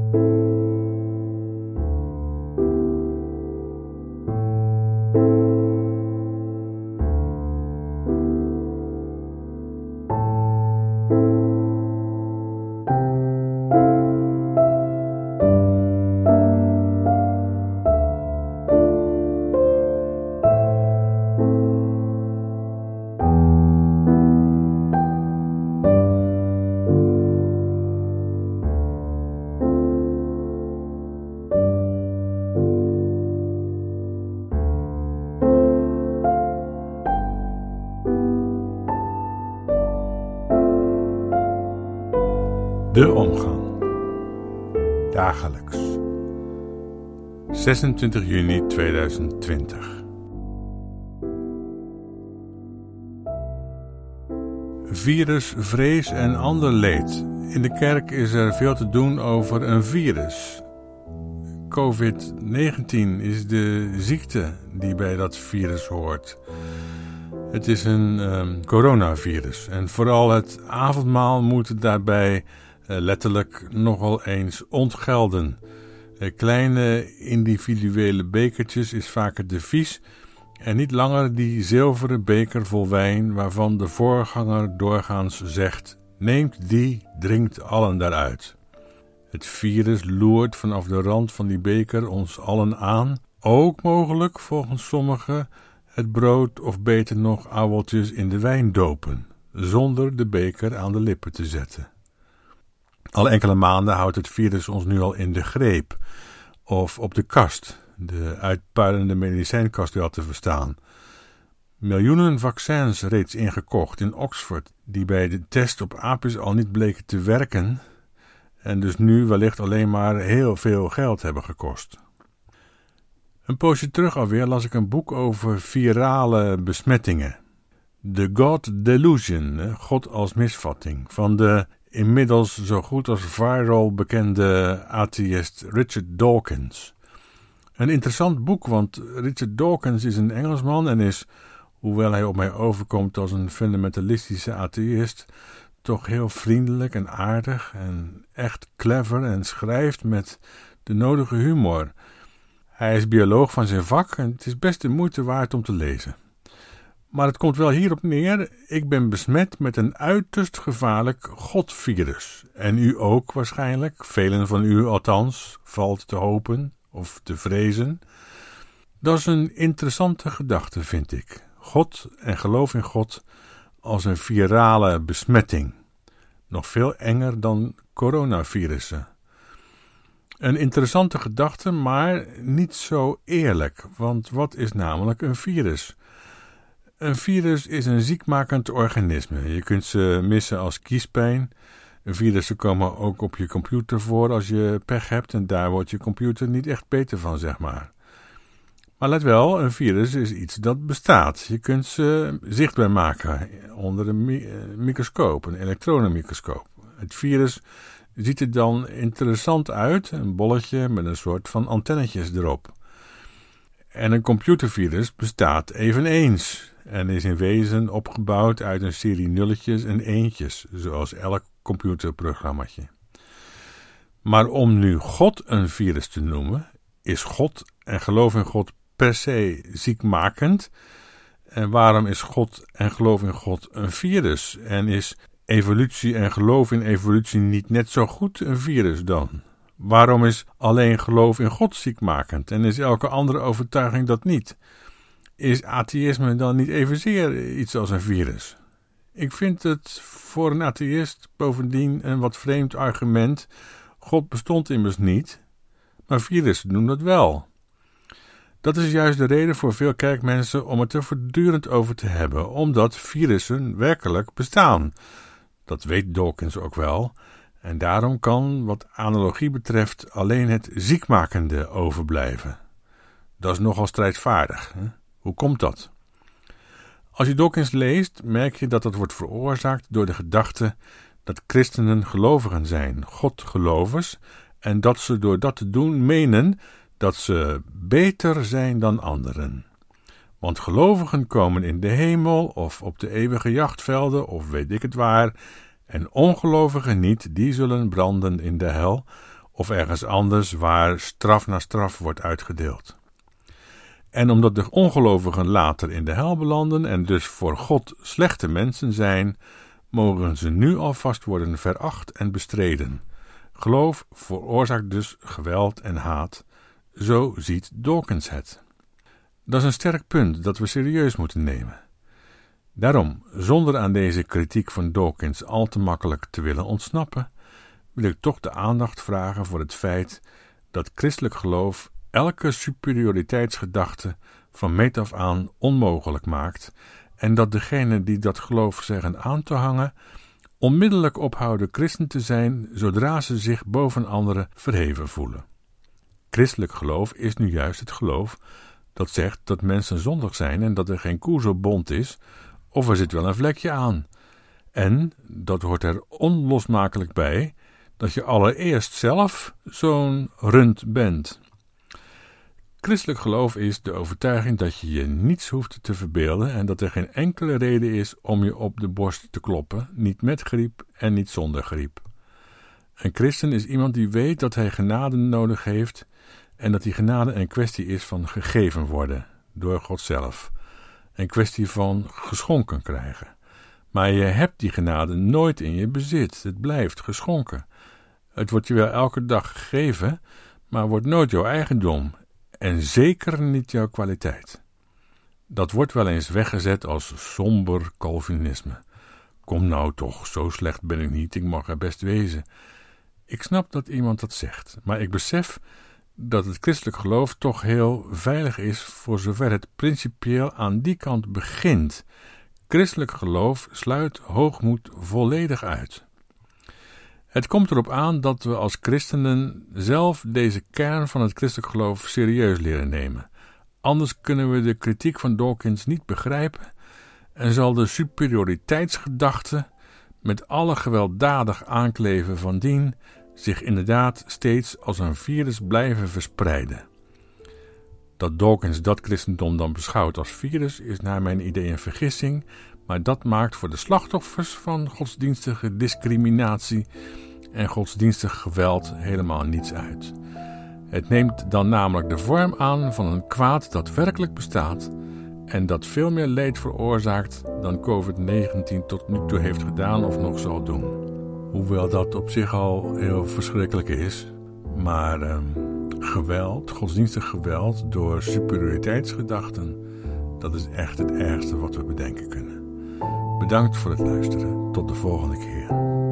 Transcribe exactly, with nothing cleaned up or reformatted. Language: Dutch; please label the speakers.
Speaker 1: De omgang. Dagelijks. zesentwintig juni tweeduizend twintig. Virus, vrees en ander leed. In de kerk is er veel te doen over een virus. covid negentien is de ziekte die bij dat virus hoort. Het is een um, coronavirus en vooral het avondmaal moet daarbij uh, letterlijk nogal eens ontgelden. Uh, kleine individuele bekertjes is vaak het devies en niet langer die zilveren beker vol wijn waarvan de voorganger doorgaans zegt: neemt die, drinkt allen daaruit. Het virus loert vanaf de rand van die beker ons allen aan, ook mogelijk volgens sommigen het brood of beter nog ouweltjes in de wijn dopen, zonder de beker aan de lippen te zetten. Al enkele maanden houdt het virus ons nu al in de greep, of op de kast, de uitpuilende medicijnkast wel te verstaan. Miljoenen vaccins reeds ingekocht in Oxford, die bij de test op aapjes al niet bleken te werken en dus nu wellicht alleen maar heel veel geld hebben gekost. Een poosje terug alweer las ik een boek over virale besmettingen. The God Delusion, God als misvatting, van de inmiddels zo goed als viral bekende atheïst Richard Dawkins. Een interessant boek, want Richard Dawkins is een Engelsman en is, hoewel hij op mij overkomt als een fundamentalistische atheïst, toch heel vriendelijk en aardig en echt clever en schrijft met de nodige humor. Hij is bioloog van zijn vak en het is best de moeite waard om te lezen. Maar het komt wel hierop neer: ik ben besmet met een uiterst gevaarlijk godvirus. En u ook waarschijnlijk, velen van u althans, valt te hopen of te vrezen. Dat is een interessante gedachte, vind ik. God en geloof in God als een virale besmetting. Nog veel enger dan coronavirussen. Een interessante gedachte, maar niet zo eerlijk, want wat is namelijk een virus? Een virus is een ziekmakend organisme. Je kunt ze missen als kiespijn. Virussen komen ook op je computer voor als je pech hebt en daar wordt je computer niet echt beter van, zeg maar. Maar let wel, een virus is iets dat bestaat. Je kunt ze zichtbaar maken onder een mi- microscoop, een elektronenmicroscoop. Het virus ziet er dan interessant uit, een bolletje met een soort van antennetjes erop. En een computervirus bestaat eveneens en is in wezen opgebouwd uit een serie nulletjes en eentjes, zoals elk computerprogrammaatje. Maar om nu God een virus te noemen, is God en geloof in God per se ziekmakend. En waarom is God en geloof in God een virus? En is evolutie en geloof in evolutie niet net zo goed een virus dan? Waarom is alleen geloof in God ziekmakend en is elke andere overtuiging dat niet? Is atheïsme dan niet evenzeer iets als een virus? Ik vind het voor een atheïst bovendien een wat vreemd argument. God bestond immers niet, maar virussen doen dat wel. Dat is juist de reden voor veel kerkmensen om het er voortdurend over te hebben, omdat virussen werkelijk bestaan. Dat weet Dawkins ook wel, en daarom kan, wat analogie betreft, alleen het ziekmakende overblijven. Dat is nogal strijdvaardig. Hè? Hoe komt dat? Als je Dawkins leest, merk je dat dat wordt veroorzaakt door de gedachte dat christenen gelovigen zijn, Godgelovers, en dat ze door dat te doen menen dat ze beter zijn dan anderen. Want gelovigen komen in de hemel of op de eeuwige jachtvelden of weet ik het waar, en ongelovigen niet, die zullen branden in de hel, of ergens anders waar straf na straf wordt uitgedeeld. En omdat de ongelovigen later in de hel belanden en dus voor God slechte mensen zijn, mogen ze nu alvast worden veracht en bestreden. Geloof veroorzaakt dus geweld en haat. Zo ziet Dawkins het. Dat is een sterk punt dat we serieus moeten nemen. Daarom, zonder aan deze kritiek van Dawkins al te makkelijk te willen ontsnappen, wil ik toch de aandacht vragen voor het feit dat christelijk geloof elke superioriteitsgedachte van meet af aan onmogelijk maakt en dat degenen die dat geloof zeggen aan te hangen, onmiddellijk ophouden christen te zijn zodra ze zich boven anderen verheven voelen. Christelijk geloof is nu juist het geloof dat zegt dat mensen zondig zijn en dat er geen koe zo bont is, of er zit wel een vlekje aan. En, dat hoort er onlosmakelijk bij, dat je allereerst zelf zo'n rund bent. Christelijk geloof is de overtuiging dat je je niets hoeft te verbeelden en dat er geen enkele reden is om je op de borst te kloppen, niet met griep en niet zonder griep. Een christen is iemand die weet dat hij genade nodig heeft en dat die genade een kwestie is van gegeven worden door God zelf. Een kwestie van geschonken krijgen. Maar je hebt die genade nooit in je bezit. Het blijft geschonken. Het wordt je wel elke dag gegeven, maar wordt nooit jouw eigendom. En zeker niet jouw kwaliteit. Dat wordt wel eens weggezet als somber Calvinisme. Kom nou toch, zo slecht ben ik niet, ik mag er best wezen. Ik snap dat iemand dat zegt, maar ik besef dat het christelijk geloof toch heel veilig is voor zover het principieel aan die kant begint. Christelijk geloof sluit hoogmoed volledig uit. Het komt erop aan dat we als christenen zelf deze kern van het christelijk geloof serieus leren nemen. Anders kunnen we de kritiek van Dawkins niet begrijpen en zal de superioriteitsgedachte met alle gewelddadig aankleven van dien zich inderdaad steeds als een virus blijven verspreiden. Dat Dawkins dat christendom dan beschouwt als virus is naar mijn idee een vergissing, maar dat maakt voor de slachtoffers van godsdienstige discriminatie en godsdienstig geweld helemaal niets uit. Het neemt dan namelijk de vorm aan van een kwaad dat werkelijk bestaat en dat veel meer leed veroorzaakt dan covid negentien tot nu toe heeft gedaan of nog zal doen. Hoewel dat op zich al heel verschrikkelijk is, maar eh, geweld, godsdienstig geweld door superioriteitsgedachten, dat is echt het ergste wat we bedenken kunnen. Bedankt voor het luisteren. Tot de volgende keer.